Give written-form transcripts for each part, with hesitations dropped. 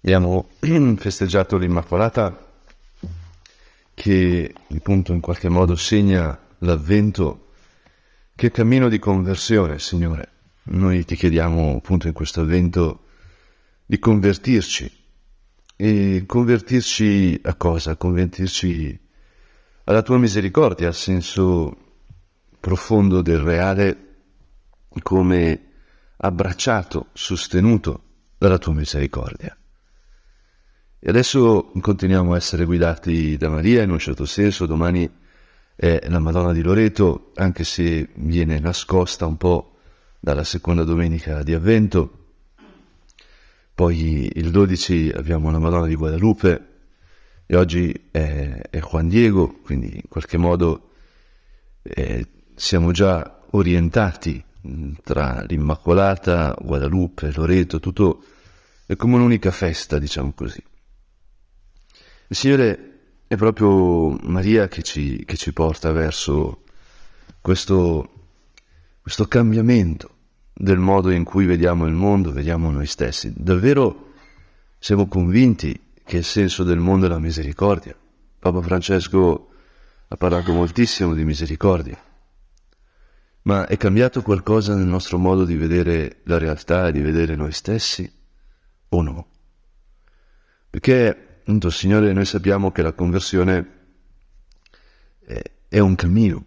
Abbiamo festeggiato l'Immacolata che appunto in qualche modo segna l'avvento. Che cammino di conversione, Signore. Noi ti chiediamo appunto in questo avvento di convertirci. E convertirci a cosa? Convertirci alla tua misericordia, al senso profondo del reale, come abbracciato, sostenuto dalla tua misericordia. E adesso continuiamo a essere guidati da Maria in un certo senso. Domani è la Madonna di Loreto, anche se viene nascosta un po' dalla seconda domenica di Avvento. Poi il 12 abbiamo la Madonna di Guadalupe e oggi è Juan Diego, quindi in qualche modo siamo già orientati tra l'Immacolata, Guadalupe, Loreto, tutto è come un'unica festa, diciamo così. Il Signore è proprio Maria che ci porta verso questo cambiamento del modo in cui vediamo il mondo, vediamo noi stessi. Davvero siamo convinti che il senso del mondo è la misericordia. Papa Francesco ha parlato moltissimo di misericordia. Ma è cambiato qualcosa nel nostro modo di vedere la realtà, di vedere noi stessi, o no? Perché appunto, Signore, noi sappiamo che la conversione è un cammino,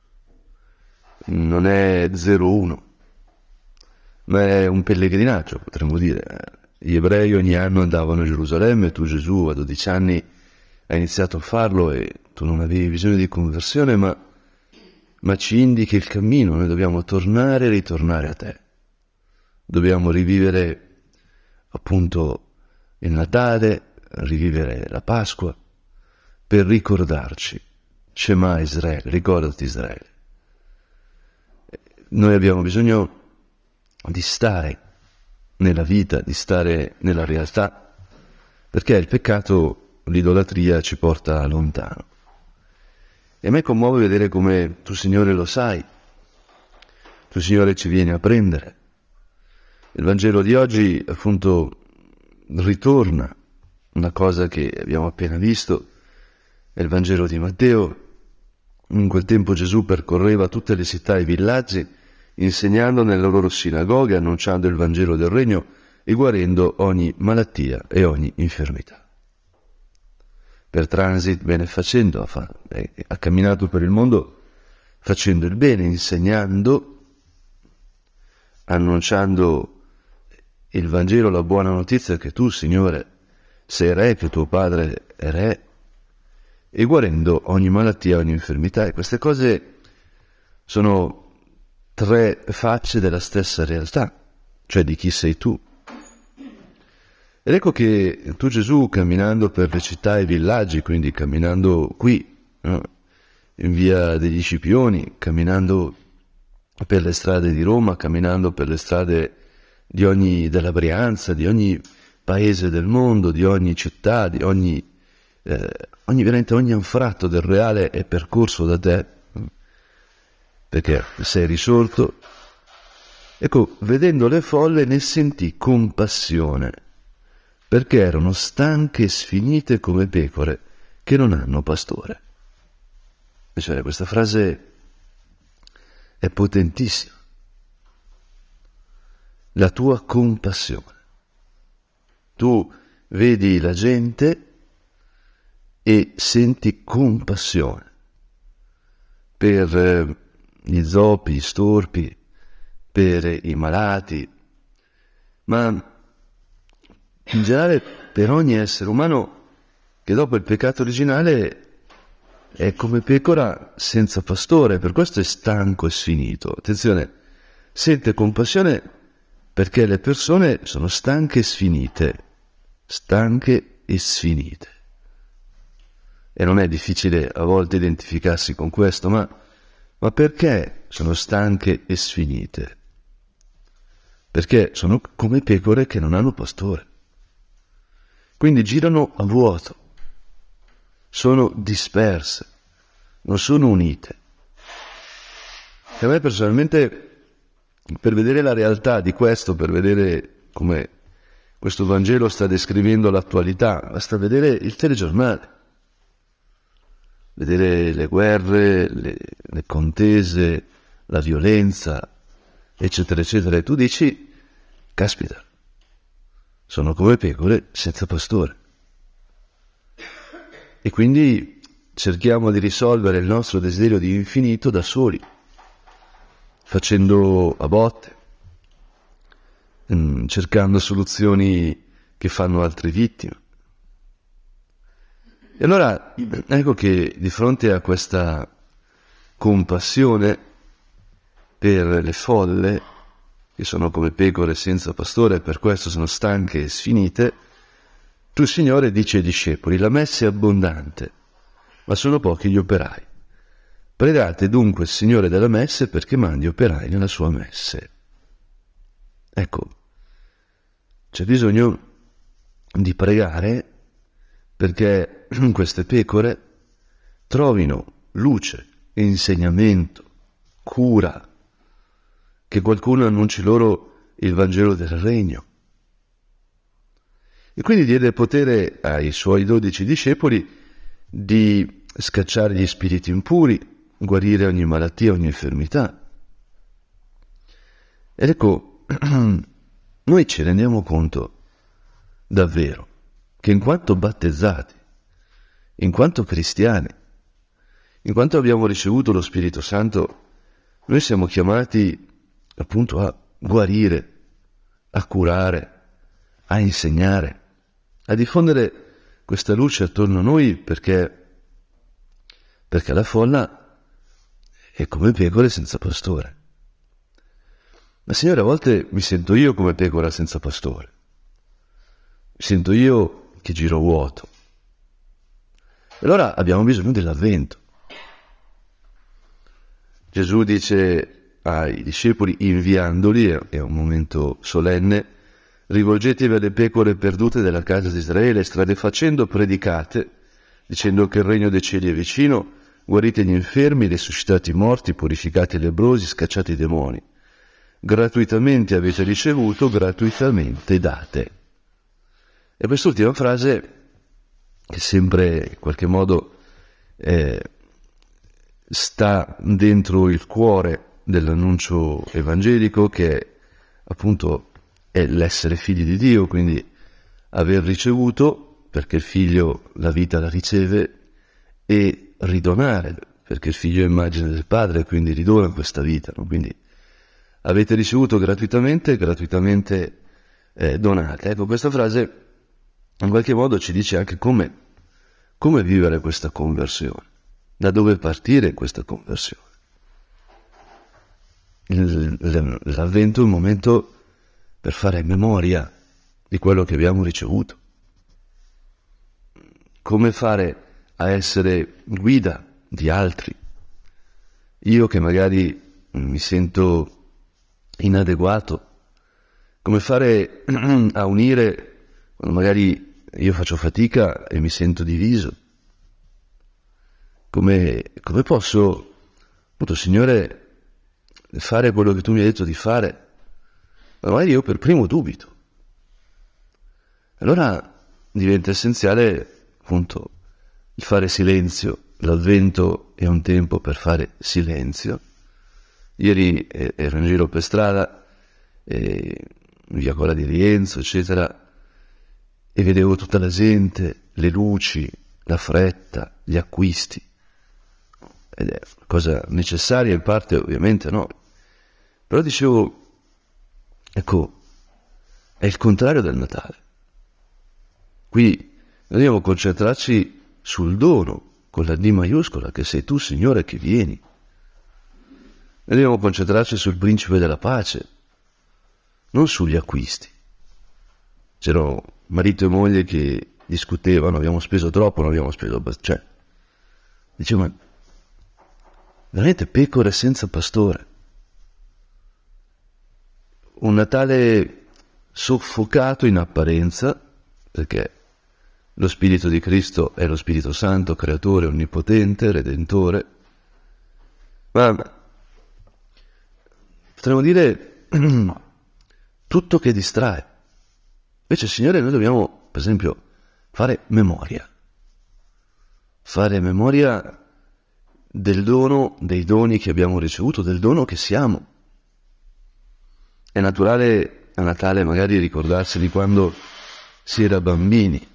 non è 0-1, ma è un pellegrinaggio, potremmo dire. Gli ebrei ogni anno andavano a Gerusalemme, tu Gesù a 12 anni hai iniziato a farlo e tu non avevi bisogno di conversione, ma ci indichi il cammino. Noi dobbiamo tornare e ritornare a te. Dobbiamo rivivere appunto il Natale, rivivere la Pasqua, per ricordarci. Shema Israele, ricordati Israele. Noi abbiamo bisogno di stare nella vita, di stare nella realtà, perché il peccato, l'idolatria ci porta lontano. E a me commuove vedere come tu, Signore, lo sai. Tu, Signore, ci vieni a prendere. Il Vangelo di oggi, appunto, ritorna una cosa che abbiamo appena visto, è il Vangelo di Matteo. In quel tempo Gesù percorreva tutte le città e i villaggi, insegnando nelle loro sinagoghe, annunciando il Vangelo del Regno e guarendo ogni malattia e ogni infermità. Per transit, benefacendo, ha camminato per il mondo facendo il bene, insegnando, annunciando il Vangelo, la buona notizia che tu, Signore, sei re, che tuo padre è re, e guarendo ogni malattia, ogni infermità. E queste cose sono tre facce della stessa realtà, cioè di chi sei tu. Ed ecco che tu, Gesù, camminando per le città e i villaggi, quindi camminando qui, no? In via degli Scipioni, camminando per le strade di Roma, camminando per le strade della Brianza, di ogni paese del mondo, di ogni città, di ogni anfratto del reale è percorso da te, perché sei risorto. Ecco, vedendo le folle ne sentì compassione, perché erano stanche e sfinite come pecore che non hanno pastore. Cioè, questa frase è potentissima. La tua compassione. Tu vedi la gente e senti compassione per gli zoppi, gli storpi, per i malati, ma in generale per ogni essere umano che dopo il peccato originale è come pecora senza pastore, per questo è stanco e sfinito. Attenzione, sente compassione perché le persone sono stanche e sfinite, E non è difficile a volte identificarsi con questo, ma perché sono stanche e sfinite? Perché sono come pecore che non hanno pastore. Quindi girano a vuoto, sono disperse, non sono unite. E a me personalmente, per vedere la realtà di questo, per vedere come questo Vangelo sta descrivendo l'attualità, basta vedere il telegiornale, vedere le guerre, le contese, la violenza, eccetera, eccetera, e tu dici, caspita, sono come pecore senza pastore. E quindi cerchiamo di risolvere il nostro desiderio di infinito da soli, facendo a botte, cercando soluzioni che fanno altre vittime. E allora ecco che di fronte a questa compassione per le folle, che sono come pecore senza pastore e per questo sono stanche e sfinite, tu, Signore, dici ai discepoli, la messe è abbondante, ma sono pochi gli operai. Pregate dunque il Signore della messe perché mandi operai nella sua messe. Ecco, c'è bisogno di pregare perché queste pecore trovino luce, insegnamento, cura, che qualcuno annunci loro il Vangelo del Regno. E quindi diede potere ai suoi 12 discepoli di scacciare gli spiriti impuri, guarire ogni malattia, ogni infermità. Ed ecco, noi ci rendiamo conto davvero che in quanto battezzati, in quanto cristiani, in quanto abbiamo ricevuto lo Spirito Santo, noi siamo chiamati appunto a guarire, a curare, a insegnare, a diffondere questa luce attorno a noi perché la folla è come pecore senza pastore. Ma Signore, a volte mi sento io come pecora senza pastore. Mi sento io che giro vuoto. E allora abbiamo bisogno dell'Avvento. Gesù dice ai discepoli, inviandoli, è un momento solenne, rivolgetevi alle pecore perdute della casa di Israele, strade facendo predicate, dicendo che il regno dei cieli è vicino, guarite gli infermi, risuscitate i morti, purificate i lebbrosi, scacciate i demoni. Gratuitamente avete ricevuto, gratuitamente date. E quest'ultima frase, che sempre in qualche modo sta dentro il cuore dell'annuncio evangelico, che appunto è l'essere figli di Dio, quindi aver ricevuto, perché il figlio la vita la riceve, e ridonare, perché il figlio è immagine del padre, quindi ridona questa vita, no? Quindi avete ricevuto gratuitamente, gratuitamente donate. Ecco, questa frase in qualche modo ci dice anche come vivere questa conversione, da dove partire questa conversione. L'Avvento è un momento per fare memoria di quello che abbiamo ricevuto. Come fare a essere guida di altri. Io che magari mi sento inadeguato, come fare a unire quando magari io faccio fatica e mi sento diviso. Come posso, appunto, Signore, fare quello che tu mi hai detto di fare? Ma magari io per primo dubito. Allora diventa essenziale, appunto, il fare silenzio. L'Avvento è un tempo per fare silenzio. Ieri ero in giro per strada, via Cola di Rienzo, eccetera, e vedevo tutta la gente, le luci, la fretta, gli acquisti. Ed è una cosa necessaria in parte, ovviamente no. Però dicevo, ecco, è il contrario del Natale. Qui noi dobbiamo concentrarci sul dono, con la D maiuscola, che sei tu, Signore, che vieni. Noi dobbiamo concentrarci sul principe della pace, non sugli acquisti. C'erano marito e moglie che discutevano, abbiamo speso troppo, non abbiamo speso abbastanza. Cioè, dicevo, ma veramente pecore senza pastore. Un Natale soffocato in apparenza, perché lo Spirito di Cristo è lo Spirito Santo, creatore, onnipotente, redentore, ma potremmo dire tutto che distrae. Invece, Signore, noi dobbiamo, per esempio, fare memoria del dono, dei doni che abbiamo ricevuto, del dono che siamo. È naturale a Natale magari ricordarsi di quando si era bambini.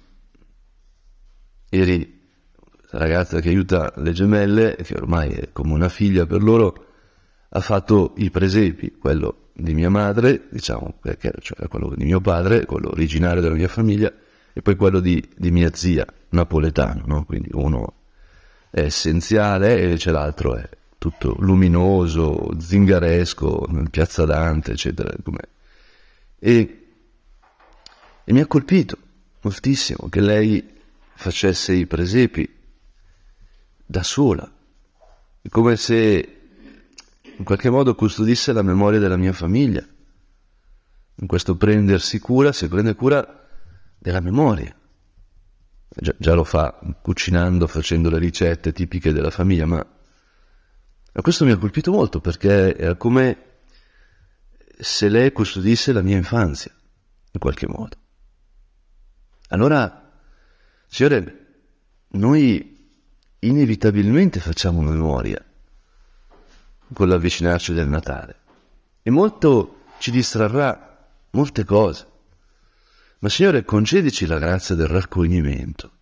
Ieri la ragazza che aiuta le gemelle, che ormai è come una figlia per loro, ha fatto i presepi, quello di mia madre, diciamo, perché cioè quello di mio padre, quello originario della mia famiglia, e poi quello di mia zia, napoletano, no? Quindi uno è essenziale e c'è l'altro è tutto luminoso, zingaresco, Piazza Dante, eccetera. E mi ha colpito moltissimo che lei facesse i presepi da sola, è come se in qualche modo custodisse la memoria della mia famiglia. In questo prendersi cura, si prende cura della memoria. Già lo fa cucinando, facendo le ricette tipiche della famiglia, ma questo mi ha colpito molto perché era come se lei custodisse la mia infanzia, in qualche modo. Allora, Signore, noi inevitabilmente facciamo memoria con l'avvicinarci del Natale e molto ci distrarrà molte cose. Ma Signore, concedici la grazia del raccoglimento,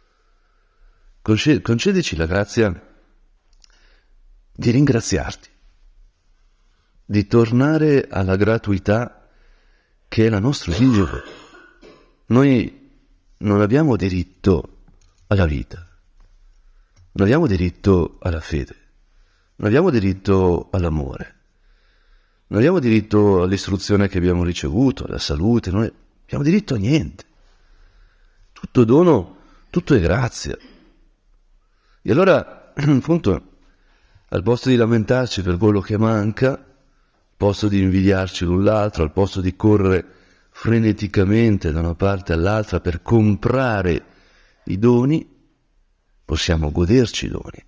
concedici la grazia di ringraziarti, di tornare alla gratuità che è la nostra origine. Noi non abbiamo diritto alla vita, non abbiamo diritto alla fede, non abbiamo diritto all'amore, non abbiamo diritto all'istruzione che abbiamo ricevuto, alla salute, non abbiamo diritto a niente. Tutto dono, tutto è grazia. E allora, appunto, al posto di lamentarci per quello che manca, al posto di invidiarci l'un l'altro, al posto di correre freneticamente da una parte all'altra per comprare i doni, possiamo goderci i doni.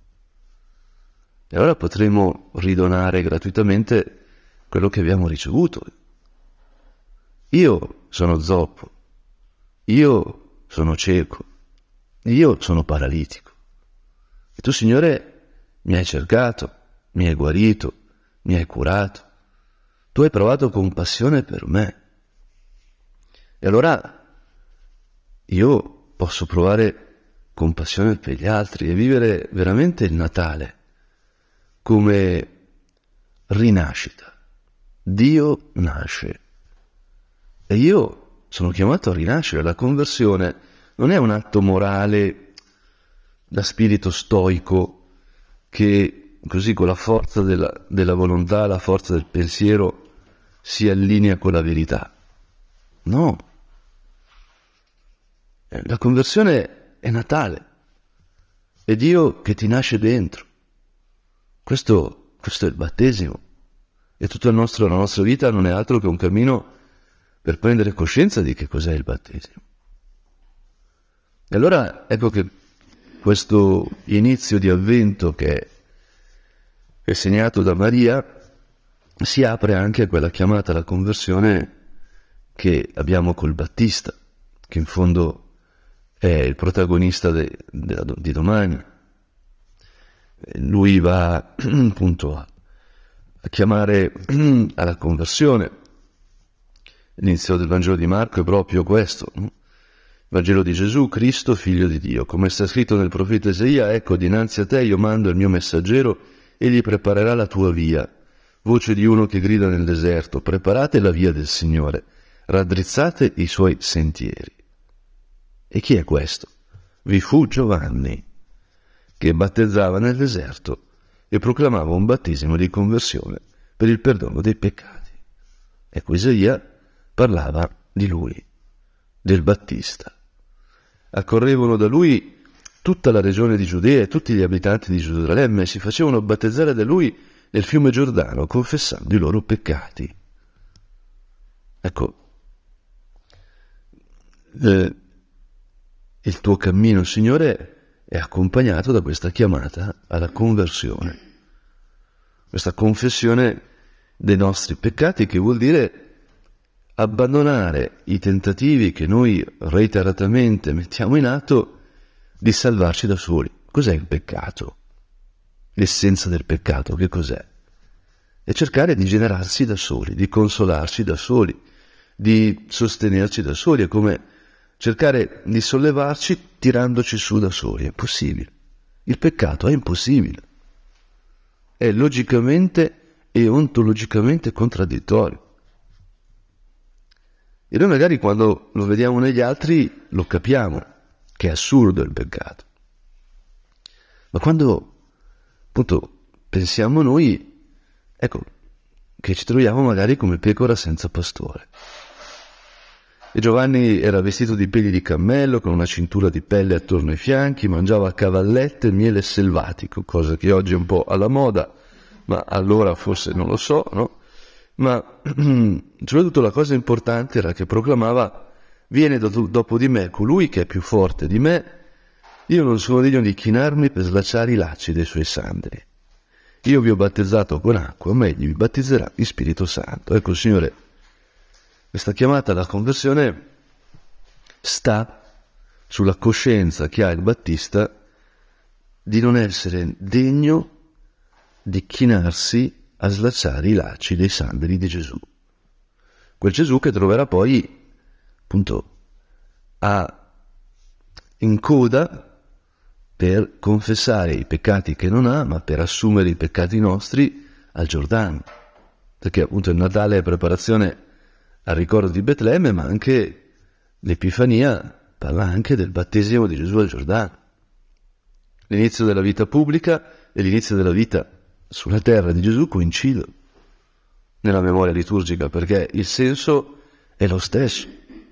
E allora potremo ridonare gratuitamente quello che abbiamo ricevuto. Io sono zoppo, io sono cieco, io sono paralitico. E tu, Signore, mi hai cercato, mi hai guarito, mi hai curato. Tu hai provato compassione per me. E allora io posso provare compassione per gli altri e vivere veramente il Natale come rinascita. Dio nasce e io sono chiamato a rinascere. La conversione non è un atto morale da spirito stoico che così con la forza della volontà, la forza del pensiero si allinea con la verità. No. La conversione è Natale, è Dio che ti nasce dentro. Questo è il battesimo. E tutta la nostra vita non è altro che un cammino per prendere coscienza di che cos'è il battesimo. E allora ecco che questo inizio di avvento che è segnato da Maria si apre anche a quella chiamata alla conversione che abbiamo col Battista, che in fondo è il protagonista di domani. Lui va appunto a chiamare alla conversione. L'inizio del Vangelo di Marco è proprio questo, no? Il Vangelo di Gesù, Cristo, figlio di Dio. Come sta scritto nel profeta Isaia, ecco dinanzi a te io mando il mio messaggero, egli preparerà la tua via. Voce di uno che grida nel deserto, preparate la via del Signore, raddrizzate i suoi sentieri. E chi è questo? Vi fu Giovanni, che battezzava nel deserto e proclamava un battesimo di conversione per il perdono dei peccati. Ecco, Isaia parlava di lui, del Battista. Accorrevano da lui tutta la regione di Giudea e tutti gli abitanti di Gerusalemme si facevano battezzare da lui nel fiume Giordano, confessando i loro peccati. Ecco, il tuo cammino, Signore, è accompagnato da questa chiamata alla conversione, questa confessione dei nostri peccati, che vuol dire abbandonare i tentativi che noi reiteratamente mettiamo in atto di salvarci da soli. Cos'è il peccato? L'essenza del peccato, che cos'è? È cercare di generarsi da soli, di consolarci da soli, di sostenerci da soli. È come cercare di sollevarci tirandoci su da soli. È impossibile. Il peccato è impossibile. È logicamente e ontologicamente contraddittorio. E noi magari quando lo vediamo negli altri lo capiamo, che è assurdo il peccato. Ma quando appunto pensiamo noi, ecco, che ci troviamo magari come pecora senza pastore. E Giovanni era vestito di peli di cammello, con una cintura di pelle attorno ai fianchi, mangiava cavallette e miele selvatico, cosa che oggi è un po' alla moda, ma allora forse non lo so, no? Ma soprattutto la cosa importante era che proclamava: viene dopo di me colui che è più forte di me, io non sono degno di chinarmi per slacciare i lacci dei suoi sandali. Io vi ho battezzato con acqua, ma egli vi battezzerà in Spirito Santo. Ecco, Signore, questa chiamata alla conversione sta sulla coscienza che ha il Battista di non essere degno di chinarsi a slacciare i lacci dei sandali di Gesù. Quel Gesù che troverà poi, appunto, in coda per confessare i peccati che non ha, ma per assumere i peccati nostri al Giordano. Perché appunto il Natale è preparazione al ricordo di Betlemme, ma anche l'Epifania parla anche del battesimo di Gesù al Giordano. L'inizio della vita pubblica e l'inizio della vita sulla terra di Gesù coincidono nella memoria liturgica, perché il senso è lo stesso.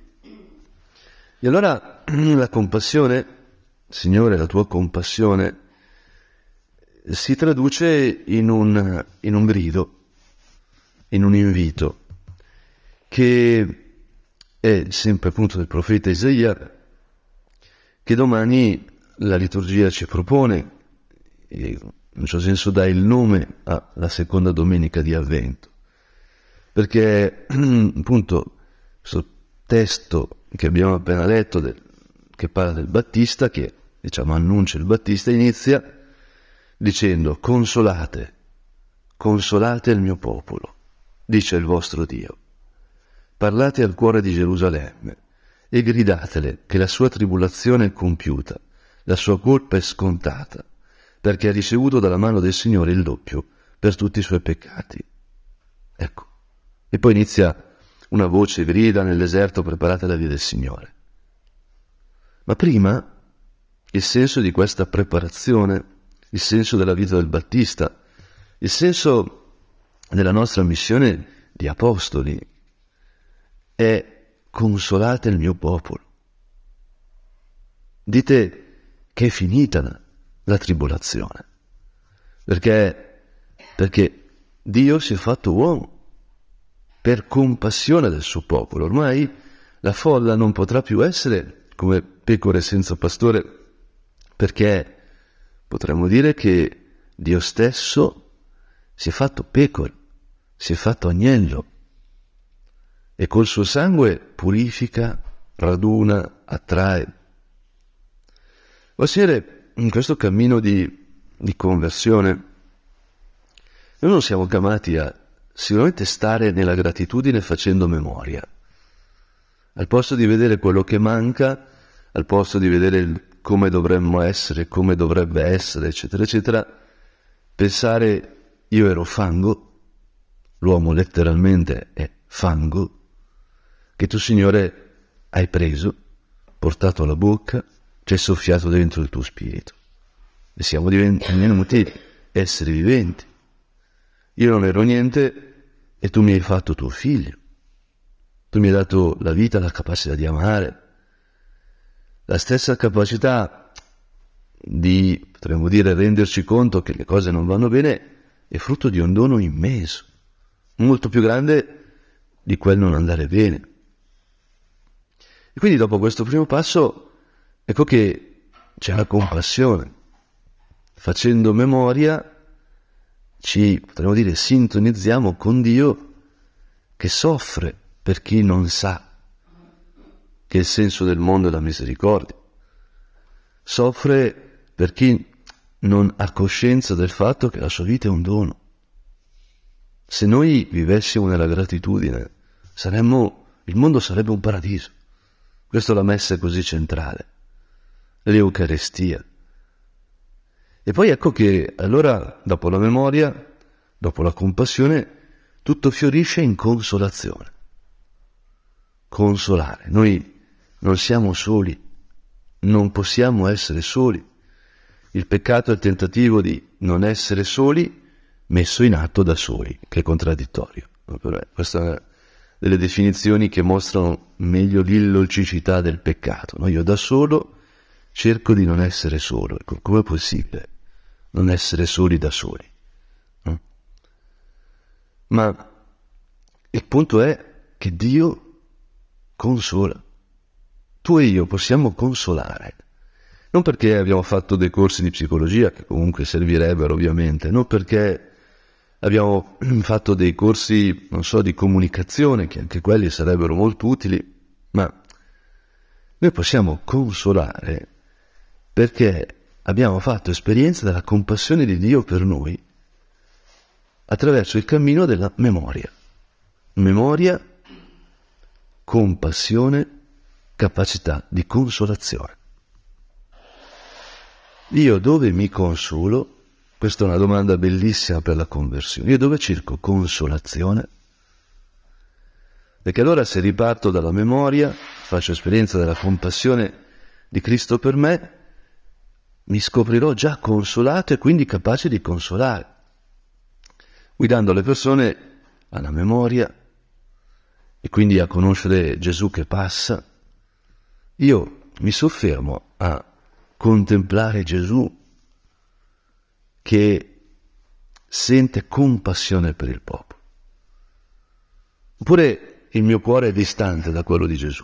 E allora la compassione, Signore, la tua compassione, si traduce in un grido, in un invito, che è sempre appunto del profeta Isaia, che domani la liturgia ci propone, e in un certo senso dà il nome alla seconda domenica di Avvento, perché appunto questo testo che abbiamo appena letto, che parla del Battista, che diciamo annuncia il Battista, inizia dicendo: consolate il mio popolo, dice il vostro Dio. Parlate al cuore di Gerusalemme e gridatele che la sua tribolazione è compiuta, la sua colpa è scontata, perché ha ricevuto dalla mano del Signore il doppio per tutti i suoi peccati. Ecco. E poi inizia una voce grida nel deserto: preparate la via del Signore. Ma prima il senso di questa preparazione, il senso della vita del Battista, il senso della nostra missione di apostoli è: consolate il mio popolo. Dite che è finita la tribolazione, perché Dio si è fatto uomo per compassione del suo popolo. Ormai la folla non potrà più essere come pecore senza pastore, perché potremmo dire che Dio stesso si è fatto pecora, si è fatto agnello, e col suo sangue purifica, raduna, attrae. O Signore, in questo cammino di conversione, noi non siamo chiamati a sicuramente stare nella gratitudine facendo memoria. Al posto di vedere quello che manca, al posto di vedere come dovremmo essere, come dovrebbe essere, eccetera, eccetera, pensare: io ero fango, l'uomo letteralmente è fango, che tu, Signore, hai preso, portato alla bocca, ci hai soffiato dentro il tuo spirito. E siamo divenuti esseri viventi. Io non ero niente e tu mi hai fatto tuo figlio. Tu mi hai dato la vita, la capacità di amare, la stessa capacità di, potremmo dire, renderci conto che le cose non vanno bene, è frutto di un dono immenso, molto più grande di quel non andare bene. E quindi dopo questo primo passo, ecco che c'è la compassione. Facendo memoria ci, potremmo dire, sintonizziamo con Dio che soffre per chi non sa che il senso del mondo è la misericordia. Soffre per chi non ha coscienza del fatto che la sua vita è un dono. Se noi vivessimo nella gratitudine, il mondo sarebbe un paradiso. Questa la messa è così centrale, l'Eucarestia. E poi ecco che allora, dopo la memoria, dopo la compassione, tutto fiorisce in consolazione. Consolare. Noi non siamo soli, non possiamo essere soli. Il peccato è il tentativo di non essere soli, messo in atto da soli, che è contraddittorio. Questa è una delle definizioni che mostrano meglio l'illogicità del peccato. No? Io da solo cerco di non essere solo. Come è possibile non essere soli da soli? No? Ma il punto è che Dio consola. Tu e io possiamo consolare. Non perché abbiamo fatto dei corsi di psicologia, che comunque servirebbero ovviamente, non perché abbiamo fatto dei corsi, non so, di comunicazione, che anche quelli sarebbero molto utili, ma noi possiamo consolare perché abbiamo fatto esperienza della compassione di Dio per noi attraverso il cammino della memoria. Memoria, compassione, capacità di consolazione. Io dove mi consolo? Questa è una domanda bellissima per la conversione. Io dove cerco consolazione? Perché allora se riparto dalla memoria, faccio esperienza della compassione di Cristo per me, mi scoprirò già consolato e quindi capace di consolare, guidando le persone alla memoria e quindi a conoscere Gesù che passa. Io mi soffermo a contemplare Gesù che sente compassione per il popolo. Oppure il mio cuore è distante da quello di Gesù.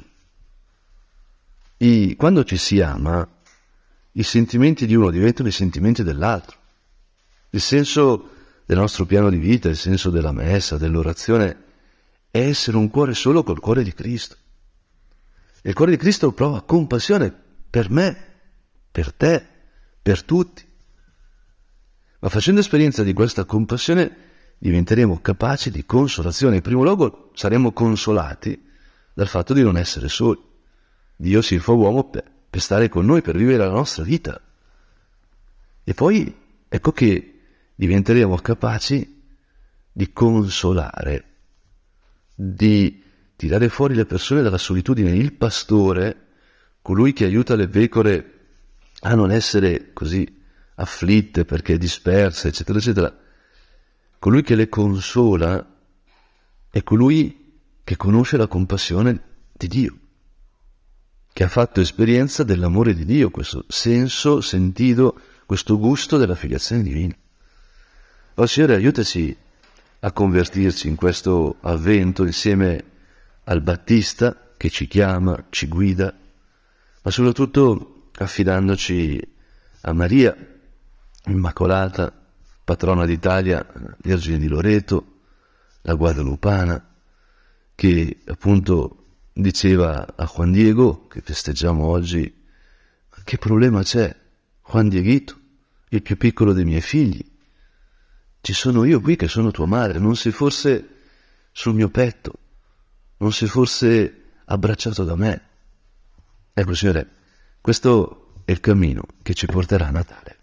Quando ci si ama, i sentimenti di uno diventano i sentimenti dell'altro. Il senso del nostro piano di vita, il senso della messa, dell'orazione, è essere un cuore solo col cuore di Cristo. E il cuore di Cristo prova compassione per me, per te, per tutti. Ma facendo esperienza di questa compassione diventeremo capaci di consolazione. In primo luogo saremo consolati dal fatto di non essere soli. Dio si fa uomo per stare con noi, per vivere la nostra vita. E poi ecco che diventeremo capaci di consolare, di tirare fuori le persone dalla solitudine. Il pastore, colui che aiuta le pecore a non essere così afflitte perché disperse, eccetera, eccetera, colui che le consola è colui che conosce la compassione di Dio, che ha fatto esperienza dell'amore di Dio, questo senso sentito, questo gusto della filiazione divina. Oh Signore, aiutaci a convertirci in questo avvento insieme al Battista che ci chiama, ci guida, ma soprattutto affidandoci a Maria Immacolata, patrona d'Italia, Vergine di Loreto, la Guadalupana, che appunto diceva a Juan Diego, che festeggiamo oggi, ma che problema c'è? Juan Dieguito, il più piccolo dei miei figli, ci sono io qui che sono tua madre, non sei forse sul mio petto, non sei forse abbracciato da me? Ecco Signore, questo è il cammino che ci porterà a Natale.